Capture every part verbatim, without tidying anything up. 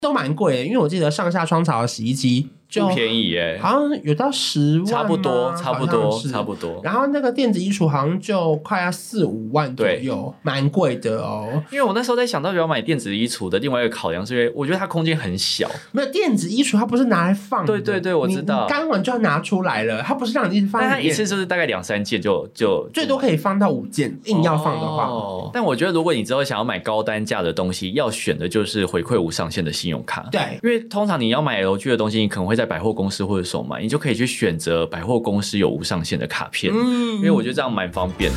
都蛮贵的，因为我记得上下双槽的洗衣机就不便宜耶， 好像有到十万吗， 差不多，差不多，差不多。 然后那个电子衣橱好像就快要四五万左右，蛮贵的哦。 因为我那时候在想到底要买电子衣橱的另外一个考量，是因为我觉得它空间很小。 没有电子衣橱，它不是拿来放的。 对对对，我知道。 你干完就要拿出来了，它不是让你一直放。 但它一次就是大概两三件就就最多可以放到五件，硬要放的话。 哦。但我觉得如果你之后想要买高单价的东西，要选的就是回馈无上限的信用卡。 对， 因为通常你要买 L G 的东西，你可能会在百货公司或者手买，你就可以去选择百货公司有无上限的卡片，嗯，因为我觉得这样蛮方便的。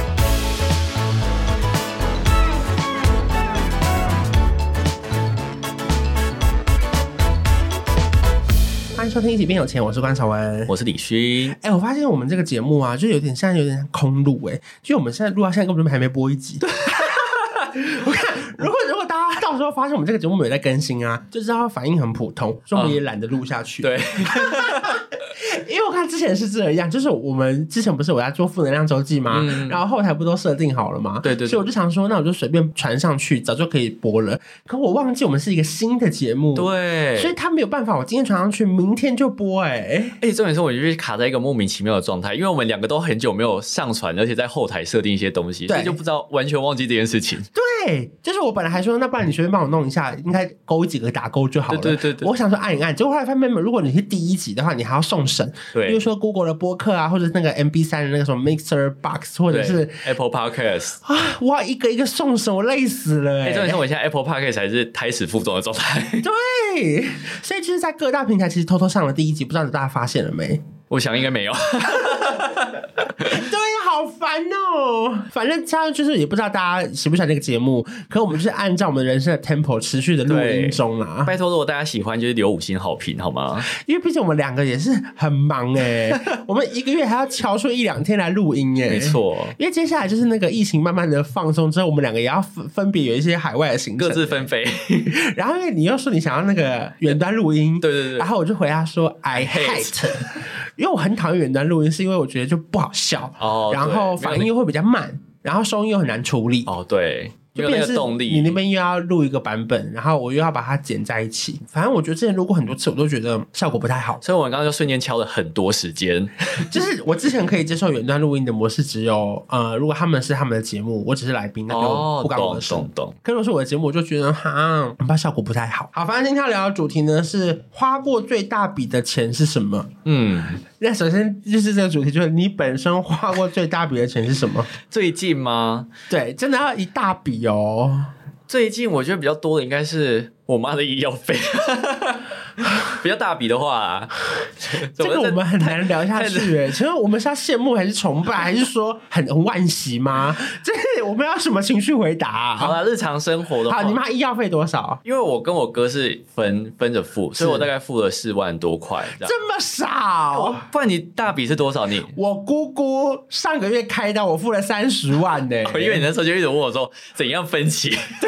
欢迎收听一起变有钱，我是关韶文， 我是李勋。 哎、欸，我发现我们这个节目啊，就有点现在有点像空录哎、欸，就我们现在录到现在根本还没播一集。我看，如果如果大家到时候发现我们这个节目没有在更新啊，就知道反应很普通，所以我们也懒得录下去。 嗯、对。 因为我看之前是这样，就是我们之前不是我在做负能量周记吗、嗯、然后后台不都设定好了吗？ 对 对, 对， 所以我就想说那我就随便传上去，早就可以播了。可我忘记我们是一个新的节目， 对， 所以他没有办法我今天传上去明天就播。哎、欸， 而且重点是我就是卡在一个莫名其妙的状态，因为我们两个都很久没有上传，而且在后台设定一些东西，所以就不知道，完全忘记这件事情。 对，就是我本来还说那不然你随便帮我弄一下，应该勾几个打勾就好了。 对对 对, 对， 我想说按一按，结果后来发现如果你是第一集的话，你还要送审， 对， 比如说 Google 的播客啊，或者那个 M P 三 的那个什么 Mixer Box， 或者是 Apple Podcast 啊，哇，一个一个送审，我累死了哎、欸！ 哎，重点是我现在 Apple Podcast 还是胎死腹中的状态。 对，所以其实，在各大平台其实偷偷上了第一集，不知道大家发现了没？ 我想应该没有。 对，好烦哦。反正这样就是也不知道大家喜不喜欢这个节目，可我们就是按照我们人生的 tempo 持续的录音中啦。 拜托，如果大家喜欢，就是留五星好评好吗？ 因为毕竟我们两个也是很忙哎、欸，我们一个月还要敲出一两天来录音哎、欸， 没错。 因为接下来就是那个疫情慢慢的放松之后，我们两个也要分分别有一些海外的行程， 各自分飞。 然后因为你又说你想要那个远端录音， 对对对， 然后我就回他说 I hate。因为我很讨厌远端录音，是因为我觉得就不好笑，哦，然后反应又会比较慢，然后收音又很难处理。 哦，对，就没有那个动力。 你那边又要录一个版本，然后我又要把它剪在一起，反正我觉得之前录过很多次，我都觉得效果不太好。 所以我们刚刚就瞬间敲了很多时间。 就是我之前可以接受远端录音的模式，只有呃，如果他们是他们的节目，我只是来宾，那就不干我的事。 懂懂。 可如果是我的节目，我就觉得哈，恐怕效果不太好。好，反正今天要聊的主题呢是花过最大笔的钱是什么？嗯。那首先就是这个主题，就是你本身花过最大笔的钱是什么？ 最近吗？ 对，真的要一大笔哦。 最近我觉得比较多的应该是我妈的医药费。比较大笔的话、啊， 这个我们很难聊下去哎。其实我们是要羡慕还是崇拜，还是说很很惋惜吗？这我们要什么情绪回答、啊？ 好啦，日常生活的话， 好，你妈医药费多少？ 因为我跟我哥是分分着付，所以我大概付了四万多块， 这么少？ 不然你大笔是多少？你我姑姑上个月开刀，我付了三十万呢、欸。 因为你那时候就一直问我说怎样分期。对。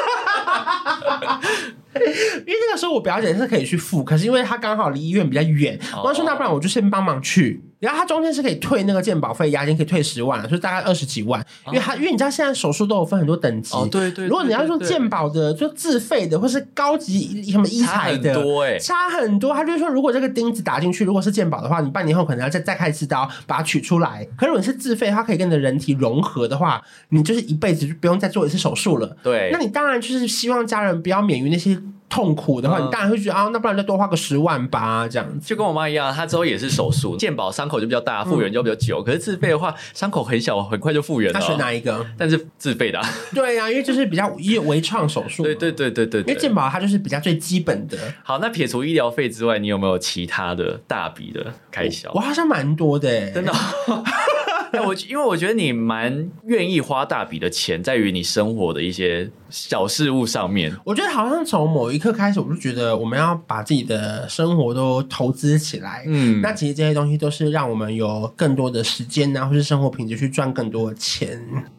因为那个时候我表姐是可以去付，可是因为她刚好离医院比较远，我说那不然我就先帮忙去。然后她中间是可以退那个健保费押金，可以退十万，所以大概二十几万。因为她因为你知道现在手术都有分很多等级， 哦对 对, 对, 对, 对。 如果你要用健保的，就自费的，或是高级什么医材的， 差很多哎、欸， 差很多。他就说，如果这个钉子打进去，如果是健保的话，你半年后可能要再再开一次刀把它取出来。可是如果你是自费，它可以跟你的人体融合的话，你就是一辈子就不用再做一次手术了。 对， 那你当然就是希望家人不要免于那些痛苦的话、嗯、你当然会觉得啊，那不然再多花个十万吧，这样子。 就跟我妈一样，她之后也是手术，健保伤口就比较大，复原就比较久。嗯、可是自费的话，伤口很小，很快就复原了。 她选哪一个？ 但是自费的、啊。对啊，因为就是比较微创手术。 对对对对 对, 对。 因为健保它就是比较最基本的。 好，那撇除医疗费之外，你有没有其他的大笔的开销？ 我好像蛮多的、欸， 真的、哦。我因为我觉得你蛮愿意花大笔的钱，在于你生活的一些小事物上面。 我觉得好像从某一刻开始，我就觉得我们要把自己的生活都投资起来。嗯，那其实这些东西都是让我们有更多的时间啊，或是生活品质去赚更多的钱。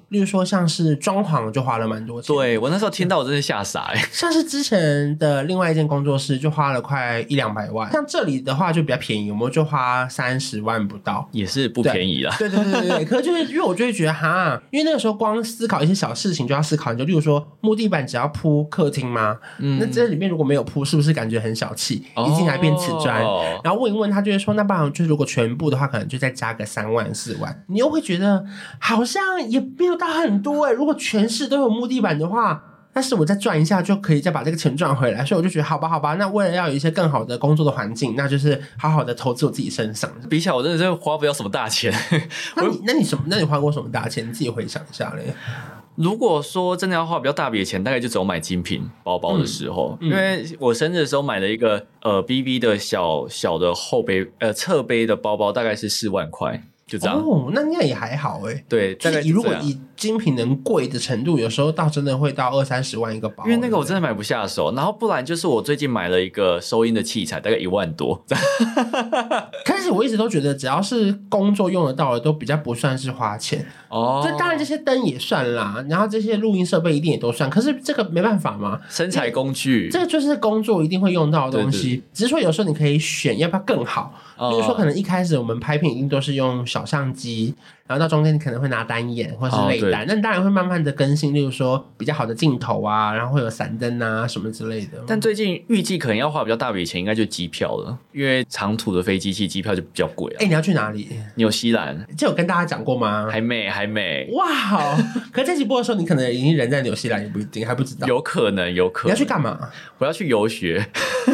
例如说像是装潢就花了蛮多钱。 对，我那时候听到我真是吓傻哎、欸。 像是之前的另外一间工作室就花了快一两百万，像这里的话就比较便宜，我们就花三十万不到， 也是不便宜啦。 对对对对对，可是就是因为我就会觉得哈，因为那个时候光思考一些小事情就要思考，就例如说木地板只要铺客厅吗？嗯，那这里面如果没有铺，是不是感觉很小气？哦、一进来变瓷砖，然后问一问他就会说，那不然就如果全部的话，可能就再加个三万四万，你又会觉得好像也没有到很多哎、欸。如果全市都有木地板的话。但是我再赚一下就可以再把这个钱赚回来，所以我就觉得好吧好吧，那为了要有一些更好的工作的环境，那就是好好的投资我自己身上。 比起来我真的是花不了什么大钱。 那你那你什么？那你花过什么大钱？你自己回想一下嘞。 如果说真的要花比较大笔的钱，大概就只有买精品包包的时候，嗯嗯、因为我生日的时候买了一个呃 B B 的小小的后背呃侧背的包包，大概是四万块。就这样哦，那那也还好哎、欸。 对，大概就是如果以精品能贵的程度，有时候到真的会到二三十万一个包。 因为那个我真的买不下手，然后不然就是我最近买了一个收音的器材，大概一万多。 开始我一直都觉得，只要是工作用得到的，都比较不算是花钱。哦，这当然这些灯也算啦，然后这些录音设备一定也都算。可是这个没办法嘛， 生产工具， 这个就是工作一定会用到的东西。 对对对， 只是说有时候你可以选要不要更好。比如说可能一开始我们拍片一定都是用小相机，然后到中间你可能会拿单眼或是类单，那、哦、当然会慢慢的更新，例如说比较好的镜头啊，然后会有闪灯啊什么之类的。 但最近预计可能要花比较大笔钱，应该就是机票了，因为长途的飞机器机票就比较贵啊。 哎、欸，你要去哪里？ 纽西兰。 这有跟大家讲过吗？ 还没，还没。 哇，可是这集播的时候，你可能已经人在纽西兰，也不一定，还不知道。 有可能，有可能。 你要去干嘛？ 我要去游学。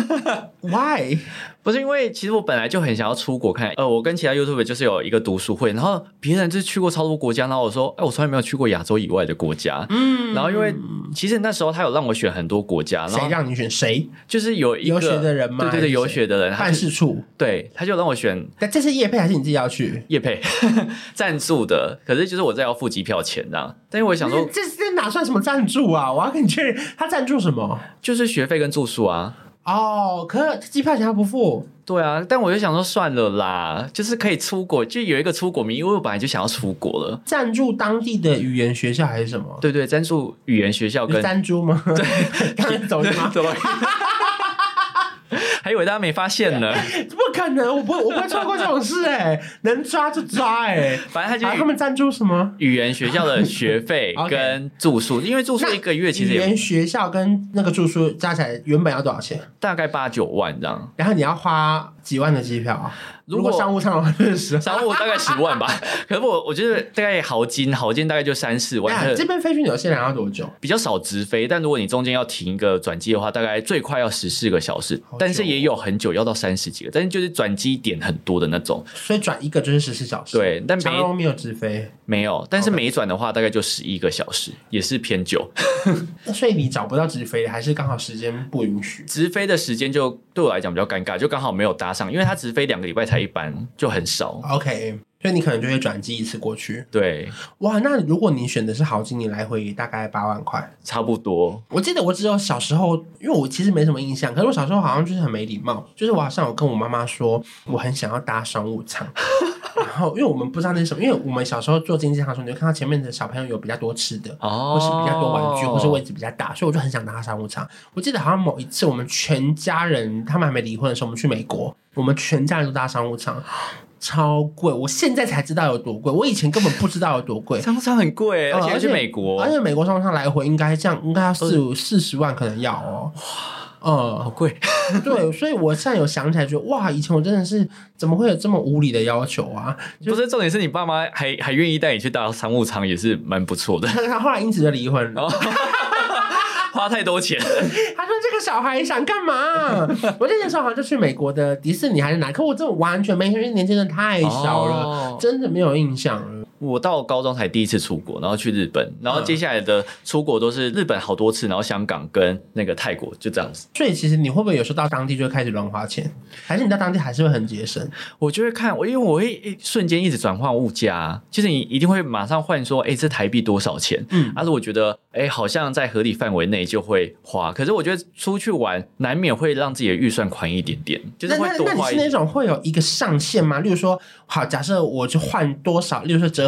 Why？ 不是因为其实我本来就很想要出国看，呃，我跟其他 YouTuber 就是有一个读书会，然后别人就是去过超多国家，然后我说，哎、欸，我从来没有去过亚洲以外的国家，嗯，然后因为其实那时候他有让我选很多国家， 谁让你选谁？ 就是有一个游学的人吗？ 对对对，游学的人， 办事处， 对，他就让我选。 但这是业配还是你自己要去？ 业配赞助的，可是就是我再要付机票钱这样，但是我想说， 这这哪算什么赞助啊？我要跟你确认，他赞助什么？ 就是学费跟住宿啊。 哦，可是机票钱他不付。 对啊，但我就想说算了啦，就是可以出国，就有一个出国名，因为我本来就想要出国了。 赞助当地的语言学校还是什么？ 对对，赞助语言学校跟赞助吗？ 对， 刚才走了吗？ 还以为大家没发现呢。 不可能，我不会，我不会错过这种事哎、欸，能抓就抓哎、欸。 反正他就、 啊、他们赞助什么？ 语言学校的学费跟住宿，因为住宿一个月其实语言学校跟那个住宿加起来原本要多少钱？ 大概八九万这样。 然后你要花几万的机票啊？如果商务舱的话就是十， 商务大概十万吧。可是我我觉得大概豪金，豪金大概就三四万。 啊、这边飞去纽西兰要多久？ 比较少直飞，但如果你中间要停一个转机的话，大概最快要十四个小时，但是也有很久要到三十几个，但是就是转机点很多的那种。 所以转一个就是十四小时。 对，但长荣没有直飞， 没有，但是没转的话大概就十一个小时，也是偏久。 所以你找不到直飞的，还是刚好时间不允许？ 直飞的时间就对我来讲比较尴尬，就刚好没有搭上，因为它直飞两个礼拜才一班，就很少。 OK， 所以你可能就会转机一次过去。 对， 哇，那如果你选的是豪金，你来回大概八万块， 差不多。 我记得我只有小时候，因为我其实没什么印象，可是我小时候好像就是很没礼貌，就是我好像有跟我妈妈说，我很想要搭商务舱。然后，因为我们不知道那是什么，因为我们小时候坐经济舱的时候，你就看到前面的小朋友有比较多吃的，哦、或是比较多玩具，或是位置比较大，所以我就很想搭商务舱。我记得好像某一次我们全家人他们还没离婚的时候，我们去美国，我们全家人都搭商务舱。超贵，我现在才知道有多贵，我以前根本不知道有多贵。 商务舱很贵，而且去美国， 而且美国商务舱来回应该这样，应该要四五四十万，可能要哦。 嗯，好贵。 对，所以我现在有想起来，觉得哇，以前我真的是怎么会有这么无理的要求啊？ 不是，重点是你爸妈还还愿意带你去搭商务舱，也是蛮不错的。 他后来因此就离婚了。 花太多钱。 他说这个小孩想干嘛？我那时候好像就去美国的迪士尼还是哪，可我真的完全没印象，因为年纪真的太小了，哦、真的没有印象了。 我到高中才第一次出国，然后去日本，然后接下来的出国都是日本好多次，然后香港跟那个泰国，就这样子。 所以其实你会不会有时候到当地就会开始乱花钱，还是你到当地还是会很节省？ 我就会看，我因为我会瞬间一直转换物价，就是你一定会马上换说，哎、欸，这台币多少钱？嗯，但是我觉得，哎、欸，好像在合理范围内就会花。可是我觉得出去玩难免会让自己的预算宽一点点，就是会多花一点。 那那你是那种会有一个上限吗？例如说，好，假设我就换多少，例如说折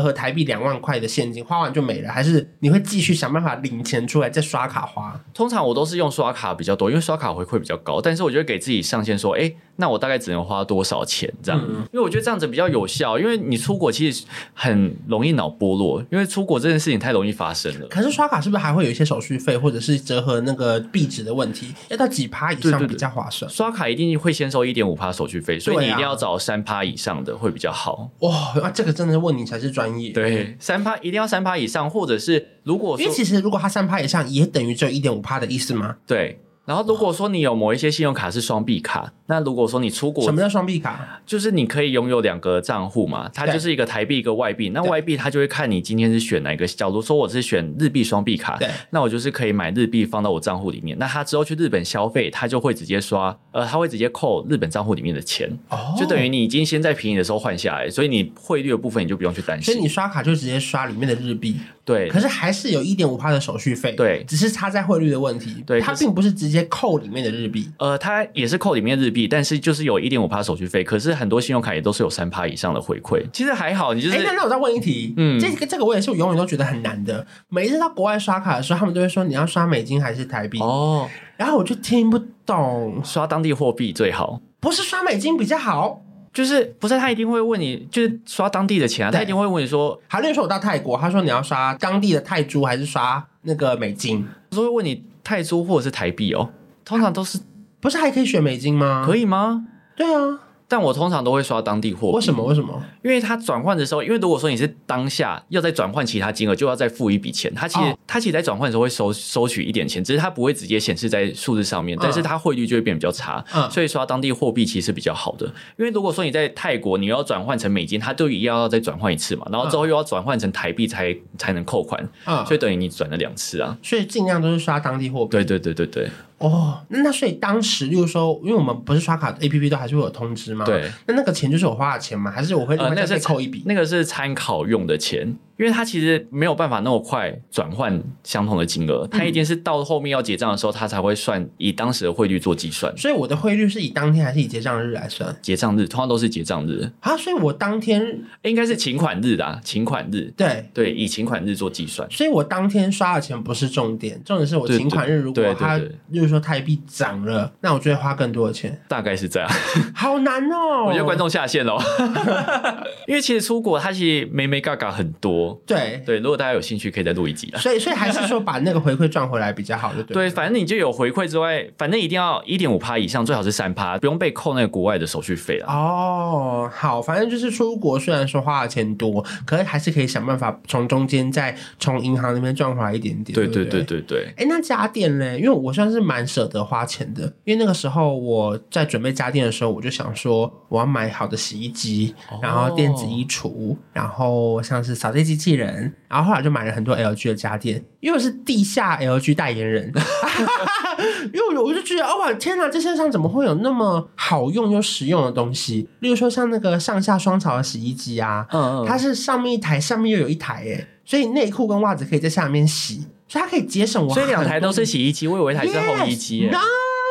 合台币两万块的现金，花完就没了，还是你会继续想办法领钱出来再刷卡花？ 通常我都是用刷卡比较多，因为刷卡回馈比较高，但是我就会给自己上限说，哎，那我大概只能花多少钱这样、嗯、因为我觉得这样子比较有效，因为你出国其实很容易脑波落，因为出国这件事情太容易发生了。 可是刷卡是不是还会有一些手续费或者是折合那个币值的问题，要到几趴以上比较划算？ 对对对，刷卡一定会先收 一点五趴 手续费，所以你一定要找三趴以上的会比较好。 哇、哦，这个真的问你才是专业。 对，三趴一定要三趴以上，或者是如果说， 因为其实如果它三趴以上，也等于只有 一点五趴 的意思吗？ 对。然后如果说你有某一些信用卡是双币卡，那如果说你出国， 什么叫双币卡？ 就是你可以拥有两个账户嘛，它就是一个台币一个外币，那外币它就会看你今天是选哪一个。假如说我是选日币双币卡，那我就是可以买日币放到我账户里面，那他之后去日本消费，他就会直接刷，呃，他会直接扣日本账户里面的钱，哦，就等于你已经先在便宜的时候换下来，所以你汇率的部分你就不用去担心。 所以你刷卡就直接刷里面的日币， 对， 可是还是有 一点五趴 的手续费， 对， 只是差在汇率的问题， 对， 它并不是直接扣里面的日币， 呃，它也是扣里面日币，但是就是有 一点五趴 手续费，可是很多信用卡也都是有 百分之三 以上的回馈，其实还好，你就是， 哎、欸，那那我再问一题，嗯，这个这个我也是我永远都觉得很难的，每一次到国外刷卡的时候，他们都会说你要刷美金还是台币哦，然后我就听不懂， 刷当地货币最好， 不是刷美金比较好？ 就是不是他一定会问你，就是刷当地的钱啊，他一定会问你说， 好，例如说我到泰国，他说你要刷当地的泰铢还是刷那个美金， 他会问你泰铢或者是台币哦，通常都是， 不是还可以选美金吗？ 可以吗？ 对啊。 但我通常都会刷当地货币。 为什么？为什么？ 因为它转换的时候，因为如果说你是当下要再转换其他金额，就要再付一笔钱。它其实、哦、它其实在转换的时候会收收取一点钱，只是它不会直接显示在数字上面，嗯、但是它汇率就会变比较差。嗯、所以刷当地货币其实比较好的。因为如果说你在泰国，你要转换成美金，它就一样要再转换一次嘛，然后之后又要转换成台币才才能扣款，嗯、所以等于你转了两次啊。 所以尽量都是刷当地货币。 对对对对对。 哦，那所以当时，例如说，因为我们不是刷卡 A P P 都还是会有通知吗？ 对， 那那个钱就是我花的钱吗？还是我会另外再扣一笔、呃？ 那个是参考用的钱，因为它其实没有办法那么快转换相同的金额，它一定是到后面要结账的时候，它才会算以当时的汇率做计算。 所以我的汇率是以当天还是以结账日来算？ 结账日通常都是结账日啊，所以我当天应该是请款日的、啊，请款日， 对对， 以请款日做计算。 所以我当天刷的钱不是重点，重点是我请款日如果它，例如说台币涨了，那我就会花更多的钱， 大概是这样。 好难哦！ 我觉得观众下线了，因为其实出国它其实眉眉角角很多。 对对，如果大家有兴趣，可以再录一集啦。 所以所以还是说把那个回馈赚回来比较好，就对。 对，反正你就有回馈之外，反正一定要 一点五趴 以上，最好是 百分之三，不用被扣那个国外的手续费啦。 哦，好，反正就是出国虽然说花的钱多，可是还是可以想办法从中间再从银行那边赚回来一点点。 对对对对对。 哎，那家电嘞？因为我算是蛮舍得花钱的，因为那个时候我在准备家电的时候，我就想说我要买好的洗衣机，哦、然后电子衣橱，然后像是扫地机器人，然后后来就买了很多 L G 的家电，因为我是地下 L G 代言人，因为我就觉得，哦哇，天哪，这世界上怎么会有那么好用又实用的东西？例如说像那个上下双槽的洗衣机啊，嗯嗯，它是上面一台，上面又有一台，耶，所以内裤跟袜子可以在下面洗，所以它可以节省我很多。 所以两台都是洗衣机，我以为一台是烘衣机。 Yes,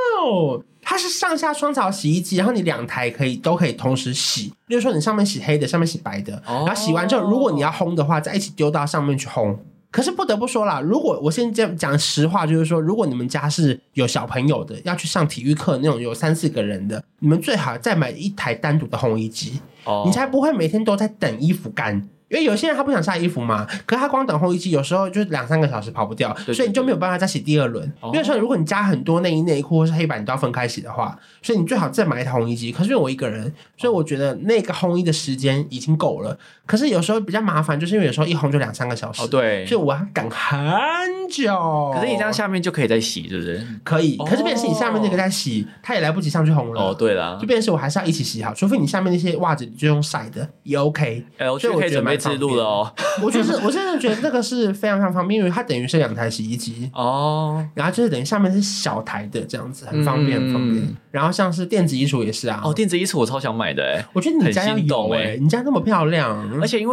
no， 它是上下双槽洗衣机，然后你两台可以都可以同时洗。例如说你上面洗黑的，上面洗白的，哦、然后洗完之后，如果你要烘的话，再一起丢到上面去烘。可是不得不说啦，如果我先讲实话，就是说，如果你们家是有小朋友的，要去上体育课那种有三四个人的，你们最好再买一台单独的烘衣机，哦、你才不会每天都在等衣服干。因为有些人他不想晒衣服嘛，可是他光等烘衣机有时候就两三个小时跑不掉，对对对，所以你就没有办法再洗第二轮。因为说如果你加很多内衣内裤或是黑板你都要分开洗的话，所以你最好再买一台烘衣机。可是因为我一个人，所以我觉得那个烘衣的时间已经够了。可是有时候比较麻烦，就是因为有时候一烘就两三个小时，哦对，所以我要赶很久。 可是你这样下面就可以再洗，是不是？ 可以，可是变成是你下面那个在洗，它也来不及上去烘了。 哦，对啦， 就变成是我还是要一起洗好，除非你下面那些袜子你就用晒的也 OK。 哎，我觉得可以准备自录了哦。 我就是我真的觉得这个是非常非常方便，因为它等于是两台洗衣机哦，然后就是等于下面是小台的这样子，很方便、嗯、很方便。然后像是电子衣橱也是啊， 哦，电子衣橱我超想买的哎， 我觉得你家要有哎、欸，你家那么漂亮， 而且因为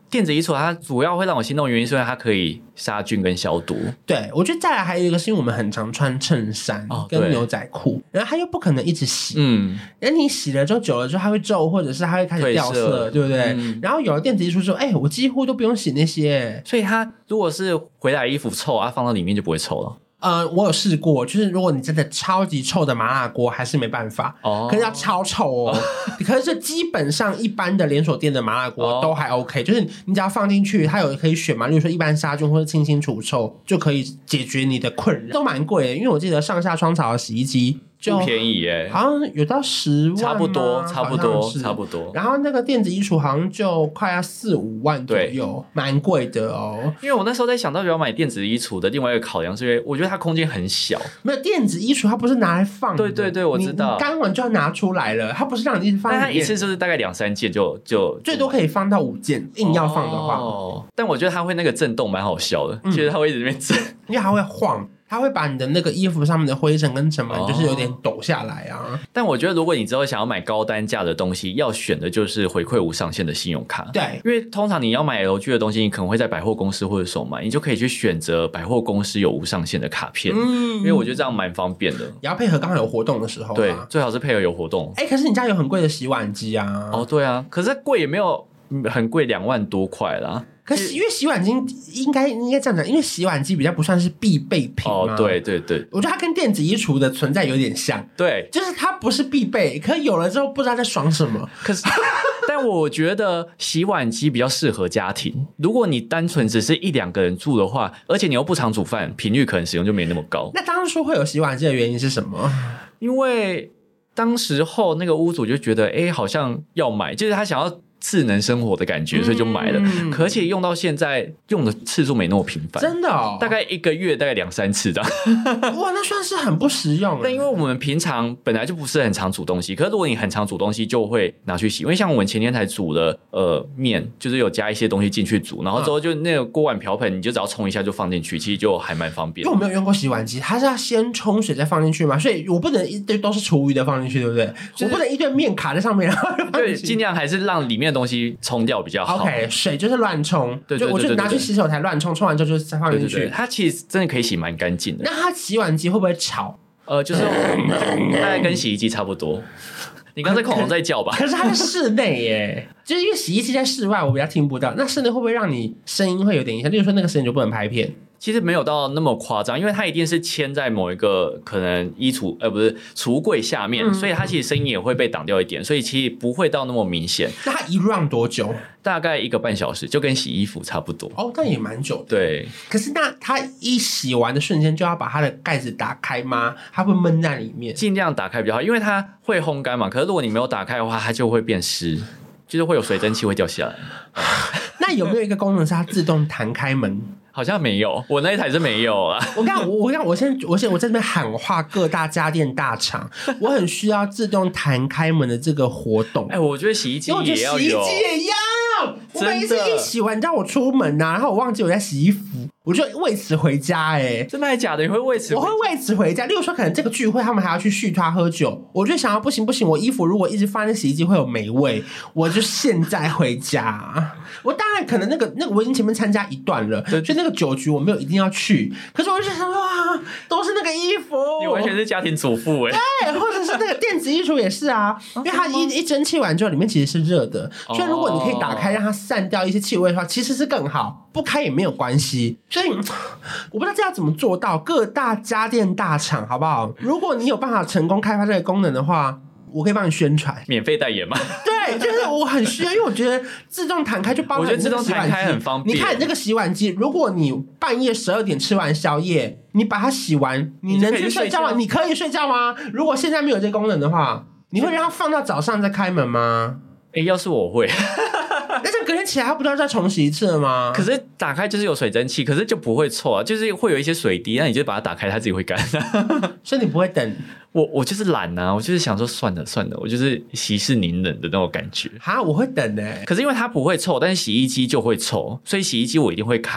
电子衣橱它主要会让我心动的原因是因为它可以杀菌跟消毒。 对，我觉得再来还有一个是因为我们很常穿衬衫跟牛仔裤，然后它又不可能一直洗，嗯，然后你洗了之后久了之后它会皱，或者是它会开始掉色，对不对？嗯、然后有了电子衣橱说，哎、欸，我几乎都不用洗那些， 所以它如果是回来衣服臭啊，放到里面就不会臭了。 呃，我有试过，就是如果你真的超级臭的麻辣锅，还是没办法，哦，可是要超臭哦。可是基本上一般的连锁店的麻辣锅都还 OK，、哦、就是你只要放进去，它有可以选嘛，例如说一般杀菌或者清新除臭，就可以解决你的困扰。都蛮贵的，因为我记得上下双槽的洗衣机。 不便宜耶， 好像有到十万， 差不多，差不多，差不多。 然后那个电子衣橱好像就快要四五万左右，蛮贵的哦。 因为我那时候在想到底要买电子衣橱的另外一个考量，是因为我觉得它空间很小。 没有电子衣橱，它不是拿来放的。 对对对，我知道。 你干完就要拿出来了，它不是让你一直放在里面。 但它一次就是大概两三件就就最多可以放到五件，硬要放的话。 哦。但我觉得它会那个震动蛮好笑的，其实它会一直在那边震， 因为它会晃。它会把你的那个衣服上面的灰尘跟尘螨就是有点抖下来啊、哦。 但我觉得如果你之后想要买高单价的东西，要选的就是回馈无上限的信用卡。 对， 因为通常你要买 L G 的东西，你可能会在百货公司或者手买，你就可以去选择百货公司有无上限的卡片。嗯，因为我觉得这样蛮方便的。 也要配合刚好有活动的时候、啊。 对，最好是配合有活动。 哎、欸，可是你家有很贵的洗碗机啊。 哦，对啊，可是贵也没有很贵，两万多块啦。 可是因为洗碗机应该应该这样讲，因为洗碗机比较不算是必备品嘛。 哦，对对对， 我觉得它跟电子衣橱的存在有点像。 对， 就是它不是必备，可是有了之后不知道在爽什么。 可是，但我觉得洗碗机比较适合家庭。如果你单纯只是一两个人住的话，而且你又不常煮饭，频率可能使用就没那么高。 那当初会有洗碗机的原因是什么？ 因为当时候那个屋主就觉得，哎，好像要买，就是他想要智能生活的感觉，所以就买了。嗯、而且用到现在用的次数没那么频繁， 真的哦， 大概一个月大概两三次的。 哇，那算是很不实用。 但因为我们平常本来就不是很常煮东西，可是如果你很常煮东西，就会拿去洗。因为像我们前天才煮了呃面，就是有加一些东西进去煮，然后之后就那个锅碗瓢盆，你就只要冲一下就放进去，其实就还蛮方便。 因为我没有用过洗碗机，它是要先冲水再放进去嘛，所以我不能一堆都是厨余的放进去，对不对？就是、我不能一堆面卡在上面，然后对，尽量还是让里面的东西冲掉比较好。 OK， 水就是乱冲，对，就我就拿去洗手台乱冲，冲完之后就再放进去。 对对对，它其实真的可以洗蛮干净的。 那它洗碗机会不会吵？ 呃，就是大概跟洗衣机差不多。你刚才恐龙在叫吧？ 可是它是室内耶，就是因为洗衣机在室外，我比较听不到。那室内会不会让你声音会有点影响？例如说那个时间就不能拍片。 其实没有到那么夸张，因为它一定是嵌在某一个可能衣橱呃不是橱柜下面、嗯，所以它其实声音也会被挡掉一点，所以其实不会到那么明显。 那它一 run 多久？ 大概一个半小时，就跟洗衣服差不多。 哦，但也蛮久的。 对。 可是那它一洗完的瞬间就要把它的盖子打开吗？它会闷在里面？ 尽量打开比较好，因为它会烘干嘛。可是如果你没有打开的话，它就会变湿，就是会有水蒸气会掉下来。 那有没有一个功能是它自动弹开门？ 好像没有，我那一台是没有啊。 我刚我我刚我先我先我在这边喊话各大家电大厂，我很需要自动弹开门的这个活动。 哎、欸，我觉得洗衣机也要有， 洗衣机也要。我每一次一洗完，你知道我出门啊，然后我忘记我在洗衣服，我就为此回家、欸。哎， 真的还假的？你会为此回家？ 我会为此回家。例如说，可能这个聚会他们还要去续他喝酒，我就想要不行不行，我衣服如果一直放在洗衣机会有霉味，我就现在回家。我当然可能那个那个我已经前面参加一段了，所以那个酒局我没有一定要去。可是我就想说哇，都是那个衣服， 你完全是家庭主妇哎、 欸。对，或者是那个电子衣橱也是啊，因为它一一蒸汽完之后里面其实是热的，所以如果你可以打开让它散掉一些气味的话，其实是更好。不开也没有关系，所以我不知道这要怎么做到。各大家电大厂好不好？如果你有办法成功开发这个功能的话，我可以帮你宣传， 免费代言吗？ 对，就是我很需要，因为我觉得自动弹开就包含我觉得自动弹开很方便。 你看你这个洗碗机，如果你半夜十二点吃完宵夜，你把它洗完，你能去睡觉吗？你可以睡觉吗？如果现在没有这个功能的话，你会让它放到早上再开门吗？ 哎、欸，要是我会。 那这隔天起来，它不都要再重洗一次了吗？ 可是打开就是有水蒸气，可是就不会臭啊，就是会有一些水滴，那你就把它打开，它自己会干。 所以你不会等我，我就是懒啊，我就是想说算了算了，我就是息事宁人的那种感觉。 哈，我会等欸。 可是因为它不会臭，但是洗衣机就会臭，所以洗衣机我一定会开。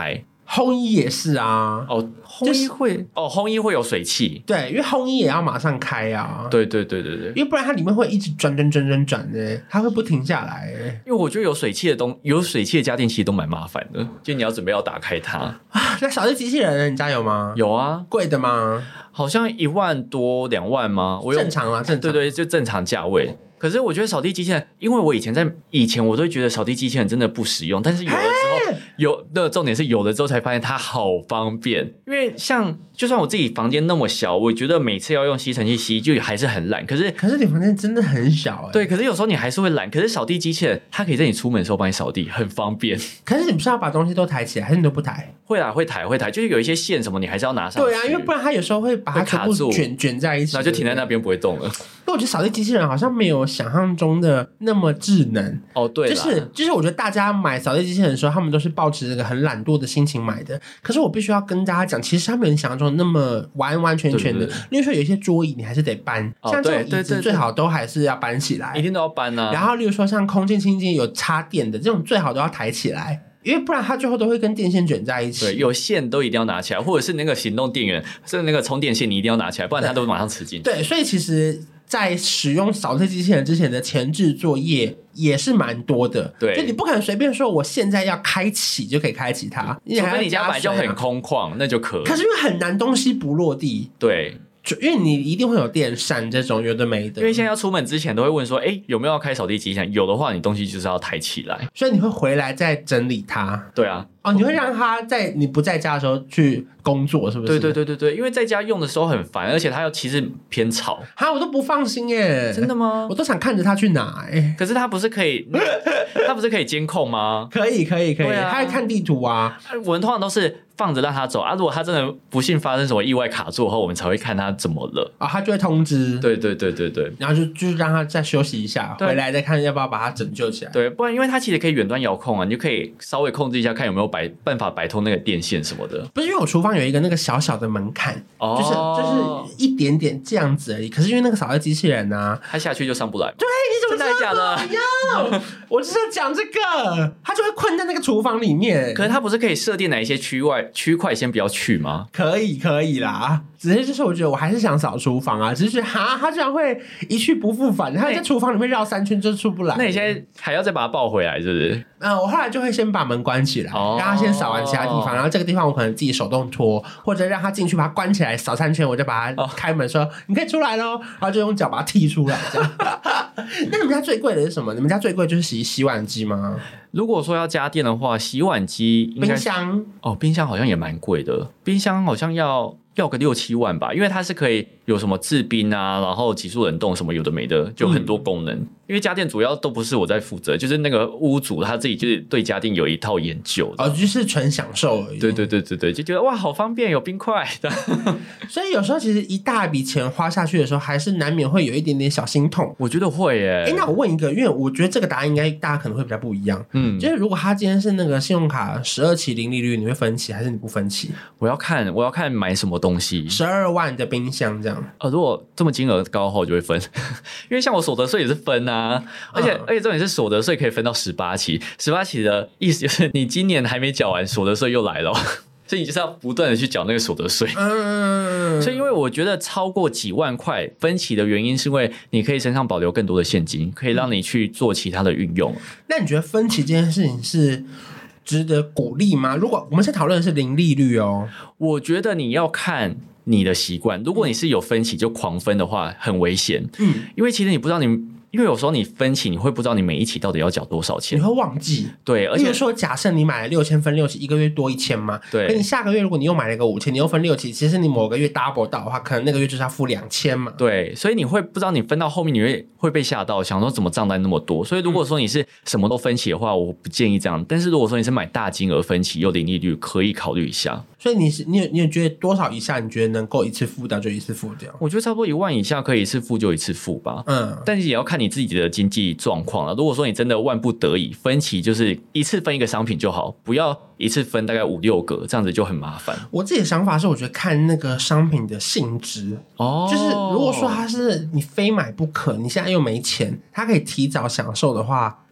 烘衣也是啊。 哦，烘衣会、就是、哦，烘衣会有水汽， 对，因为烘衣也要马上开啊。 对对对对对， 因为不然它里面会一直转转转转转的，它会不停下来。 因为我觉得有水汽的东，有水汽的家电其实都蛮麻烦的，就你要准备要打开它啊。那扫地机器人你家有吗？ 有啊。 贵的吗？ 好像一万多两万吗？我有正常啦，正常。 对对，就正常价位。可是我觉得扫地机器人，因为我以前在以前我都觉得扫地机器人真的不实用，但是有了之后，有的重点是有了之后才发现它好方便。因为像就算我自己房间那么小，我觉得每次要用吸尘器吸就还是很懒。可是可是你房间真的很小哎、欸。 对，可是有时候你还是会懒。可是扫地机器人它可以在你出门的时候帮你扫地，很方便。 可是你不是要把东西都抬起来，还是你都不抬？ 会啦，会抬会抬，就是有一些线什么你还是要拿上去。 对啊，因为不然它有时候会把它全部卷卷在一起， 然后就停在那边不会动了。 因为我觉得扫地机器人好像没有想象中的那么智能哦，对啦， 就是就是我觉得大家买扫地机器人的时候，他们都是抱持这个很懒惰的心情买的。可是我必须要跟大家讲，其实他没有想象中的那么完完全全的。例如说，有一些桌椅你还是得搬，哦、像这种椅子最好都还是要搬起来， 一定都要搬啊。 然后，例如说像空气清净机有插电的这种，最好都要抬起来。因为不然它最后都会跟电线卷在一起。 对，有线都一定要拿起来，或者是那个行动电源，是那个充电线你一定要拿起来，不然它都马上吃进去。 对，所以其实在使用扫地机器人之前的前置作业也是蛮多的。 对， 就你不可能随便说我现在要开启就可以开启它， 除非你家本来就很空旷，那就可以。 可是因为很难东西不落地。 对。 因为你一定会有电扇这种有的没的， 因为现在要出门之前都会问说，哎，有没有要开扫地机器人？有的话，你东西就是要抬起来， 所以你会回来再整理它。 对啊， 哦，你会让它在你不在家的时候去工作，是不是？ 对对对对对，因为在家用的时候很烦，而且它又其实偏吵。 哈，我都不放心耶。 真的吗？ 我都想看着它去拿哎。 可是它不是可以，它不是可以监控吗？ 可以可以可以， 对啊， 它会看地图啊。 我们通常都是放着让它走啊，如果它真的不幸发生什么意外卡住后，我们才会看它怎么了啊，它就会通知。 对对对对对， 然后就就让它再休息一下，回来再看要不要把它拯救起来。 对，不然因为它其实可以远端遥控啊，你就可以稍微控制一下，看有没有摆办法摆通那个电线什么的。 不是因为我厨房有一个那个小小的门槛，哦、就是就是一点点这样子而已。可是因为那个扫地机器人啊， 它下去就上不来。 对，你怎么知道？ 真的假的？我就是要讲这个，它就会困在那个厨房里面。 可是它不是可以设定哪一些区外区块先不要去吗？ 可以可以啦，只是就是我觉得我还是想扫厨房啊，只是觉得哈，它居然会一去不复返，它在厨房里面绕三圈就出不来。 那你现在还要再把它抱回来，是不是？ 嗯，我后来就会先把门关起来， 哦、 让它先扫完其他地方，然后这个地方我可能自己手动拖，或者让它进去把它关起来扫三圈，我就把它开门说、哦、你可以出来咯，然后就用脚把它踢出来这样。那你们家最贵的是什么？你们家最贵就是洗洗碗机吗？ 如果说要家电的话，洗碗机应该冰箱哦，冰箱好像也蛮贵的，冰箱好像要要个六七万吧，因为它是可以有什么制冰啊，然后急速冷冻什么有的没的，就很多功能。嗯、因为家电主要都不是我在负责，就是那个屋主他自己就是对家电有一套研究的， 哦，就是纯享受而已。 对对对对对，就觉得哇好方便，有冰块的。 所以有时候其实一大笔钱花下去的时候，还是难免会有一点点小心痛。 我觉得会耶。 哎，那我问一个，因为我觉得这个答案应该大家可能会比较不一样。嗯，就是如果他今天是那个信用卡十二期零利率，你会分期还是你不分期？ 我要看我要看买什么东西。 十二万的冰箱这样。 呃，如果这么金额高后就会分，因为像我所得税也是分啊，而且、嗯、而且重点是所得税可以分到十八期，十八期的意思就是你今年还没缴完，所得税又来了。所以你就是要不断的去缴那个所得税。嗯，所以因为我觉得超过几万块分期的原因，是因为你可以身上保留更多的现金，可以让你去做其他的运用。 那你觉得分期这件事情是值得鼓励吗？如果我们现在讨论的是零利率哦， 我觉得你要看你的习惯。如果你是有分期就狂分的话，很危险。嗯，因为其实你不知道你。因为有时候你分期，你会不知道你每一期到底要缴多少钱， 你会忘记。 对，而且比如说，假设你买了六千分六期，一个月多一千嘛。 对。 可你下个月如果你又买了一个五千，你又分六期，其实你某个月 double 到的话，可能那个月就是要付两千嘛。 对，所以你会不知道你分到后面，你会会被吓到，想说怎么账单那么多。所以如果说你是什么都分期的话，我不建议这样。但是如果说你是买大金额分期又零利率，可以考虑一下。 所以你是你有你有觉得多少以下你觉得能够一次付掉就一次付掉？ 我觉得差不多一万以下可以一次付就一次付吧。嗯，但是也要看你自己的经济状况了。如果说你真的万不得已分期，就是一次分一个商品就好，不要一次分大概五六个，这样子就很麻烦。 我自己的想法是，我觉得看那个商品的性质哦，就是如果说它是你非买不可，你现在又没钱，它可以提早享受的话。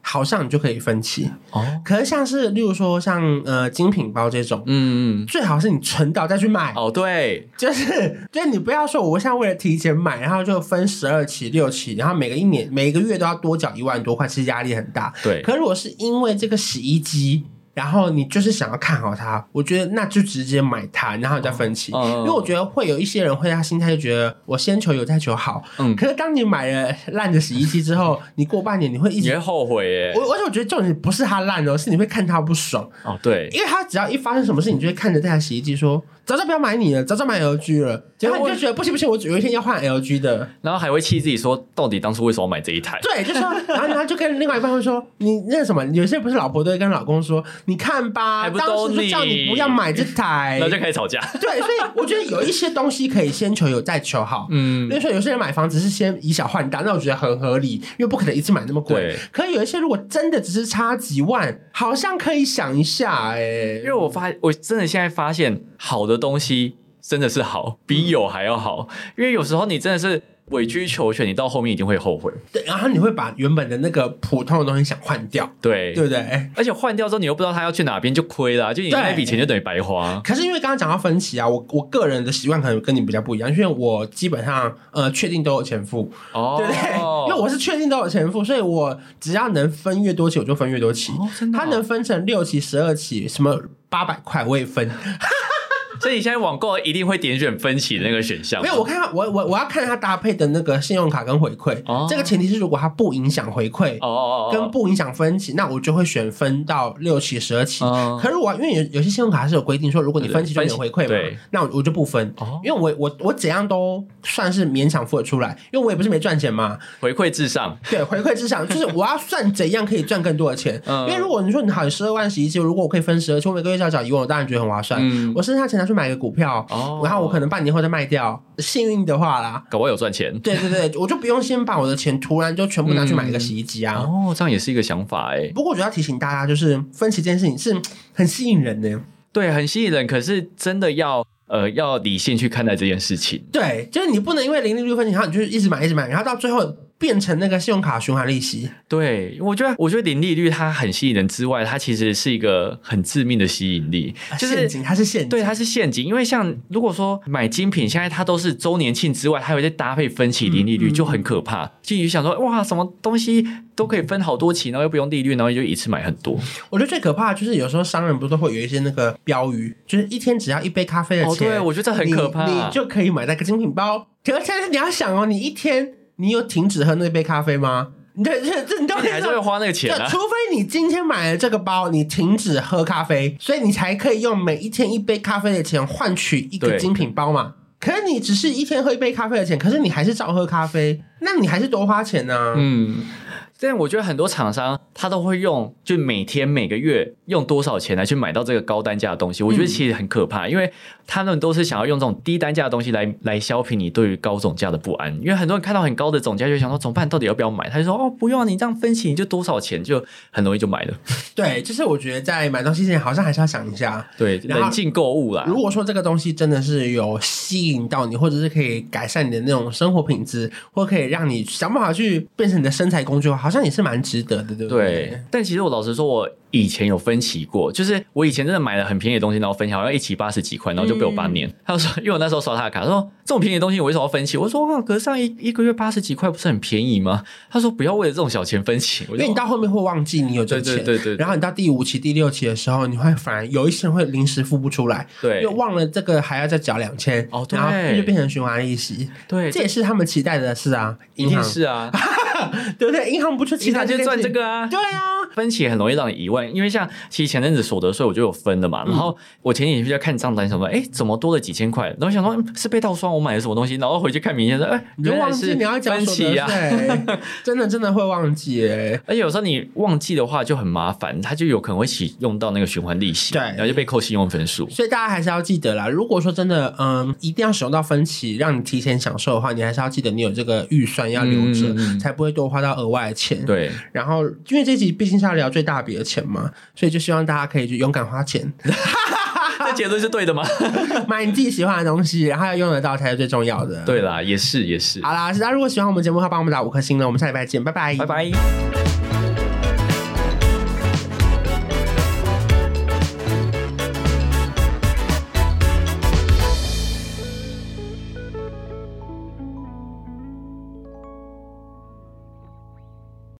好像你就可以分期哦。 可是像是例如说像呃精品包这种，嗯，最好是你存到再去买哦，对， 就是就是你不要说我现在为了提前买，然后就分十二期、六期，然后每个一年每个月都要多缴一万多块，其实压力很大。 对， 可如果是因为这个洗衣机。然后你就是想要看好它，我觉得那就直接买它，然后你再分期。哦哦、因为我觉得会有一些人会他心态就觉得我先求有再求好。嗯。可是当你买了烂的洗衣机之后，你过半年你会一直你会后悔耶。 我而且我觉得重点不是它烂哦，是你会看它不爽。 哦，对。 因为它只要一发生什么事，你就会看着这台洗衣机说。早知道不要买你了，早知道买 L G 了，结果你就觉得不行不行，我有一天要换 L G 的， 然后还会气自己说，到底当初为什么买这一台？ 对，就说，然后然后就跟另外一半会说，你那个什么，有些不是老婆都会跟老公说，你看吧， 还不都当时就叫你不要买这台， 然后就开始吵架。 对，所以我觉得有一些东西可以先求有再求好，嗯，比如说有些人买房子是先以小换大，那我觉得很合理，因为不可能一次买那么贵。可是有一些如果真的只是差几万，好像可以想一下，哎，因为我发我真的现在发现好的东西。真的是好，比有还要好，因为有时候你真的是委曲求全，你到后面一定会后悔。 对，然后你会把原本的那个普通的东西想换掉， 对， 对不对？ 而且换掉之后，你又不知道他要去哪边，就亏了、啊，就你那笔钱就等于白花。 可是因为刚刚讲到分期啊，我我个人的习惯可能跟你比较不一样，因为我基本上呃确定都有钱付，哦，对不对？因为我是确定都有钱付，所以我只要能分越多期，我就分越多期。哦，真的、哦？它能分成六期、十二期，什么八百块我也分。 所以你现在网购一定会点选分期的那个选项。 没有，我看我我我要看它搭配的那个信用卡跟回馈。哦、这个前提是如果它不影响回馈，哦，跟不影响分期，那我就会选分到六期、十二期。哦、可是我因为有有些信用卡是有规定说，如果你分期就有回馈嘛，那我我就不分。哦、因为我我我怎样都算是勉强付得出来，因为我也不是没赚钱嘛。 回馈至上， 对，回馈至上就是我要算怎样可以赚更多的钱。嗯、因为如果你说你好有十二万洗衣机，如果我可以分十二期，我每个月只要缴一万，我当然觉得很划算。嗯、我剩下钱拿去买个股票，哦、然后我可能半年后再卖掉，幸运的话啦， 搞不好有赚钱。 对对对，我就不用先把我的钱突然就全部拿去买一个洗衣机啊。 嗯、哦，这样也是一个想法哎。 不过我觉得要提醒大家，就是分期这件事情是很吸引人的。 对，很吸引人，可是真的要呃要理性去看待这件事情。 对，就是你不能因为零利率分期，然后你就一直买一直买，然后到最后变成那个信用卡循环利息。 对，我觉得我觉得零利率它很吸引人之外，它其实是一个很致命的吸引力， 就是陷阱，它是陷阱， 对，它是陷阱。因为像如果说买精品，现在它都是周年庆之外，还有在搭配分期零利率，嗯、就很可怕。就你想说，哇，什么东西都可以分好多期，然后又不用利率，然后就一次买很多。 我觉得最可怕的就是有时候商人不是都会有一些那个标语，就是一天只要一杯咖啡的钱，哦、 对，我觉得这很可怕， 你, 你就可以买那个精品包。可是现在你要想哦，你一天。你有停止喝那杯咖啡吗？对，这这你都还是会花那个钱啊。 除非你今天买了这个包，你停止喝咖啡，所以你才可以用每一天一杯咖啡的钱换取一个精品包嘛。可是你只是一天喝一杯咖啡的钱，可是你还是照喝咖啡，那你还是多花钱啊。嗯。 但我觉得很多厂商他都会用，就每天每个月用多少钱来去买到这个高单价的东西，我觉得其实很可怕，嗯、因为他们都是想要用这种低单价的东西来来消平你对于高总价的不安。因为很多人看到很高的总价就想说怎么办，到底要不要买？他就说哦不用啊，你这样分期你就多少钱，就很容易就买了。 对，就是我觉得在买东西之前好像还是要想一下， 对，冷静购物啦。 如果说这个东西真的是有吸引到你，或者是可以改善你的那种生活品质，或可以让你想办法去变成你的生财工具，好像也是蛮值得。对, 对, 对， 但其实我老实说，我以前有分期过，就是我以前真的买了很便宜的东西，然后分期好像一期八十几块，然后就被我爸念。嗯、他就说，因为我那时候刷他的卡，他说这种便宜的东西我为什么要分期？我说哇，可是上一一个月八十几块不是很便宜吗？他说不要为了这种小钱分期， 因为你到后面会忘记你有这个钱， 对对 对, 对, 对， 然后你到第五期、第六期的时候，你会反而有一些人会临时付不出来， 对， 因为忘了这个还要再缴两千，哦，对，然后就变成循环利息， 对， 这也是他们期待的事啊， 一定是啊。 对不对？银行不出其他就赚这个啊， 对啊， 分期很容易让你遗忘，因为像其实前阵子所得税我就有分了嘛，嗯、然后我前几天就在看账单什么，哎，怎么多了几千块？然后想说、嗯、是被盗刷，我买了什么东西？然后回去看明天说，哎， 你就忘记你要缴所得税，真的真的会忘记哎。 而且有时候你忘记的话就很麻烦，它就有可能会启用到那个循环利息， 对， 然后就被扣信用分数。 所以大家还是要记得啦，如果说真的嗯一定要使用到分期，让你提前享受的话，你还是要记得你有这个预算要留着，嗯、才不会多花到额外的钱。 对， 然后因为这集毕竟是要聊最大笔的钱嘛，所以就希望大家可以就勇敢花钱。 这结论是对的吗？ 买你自己喜欢的东西，然后要用得到才是最重要的。 对啦，也是也是。 好啦，大家如果喜欢我们节目的话，帮我们打五颗星呢。我们下礼拜见，拜拜， 拜拜。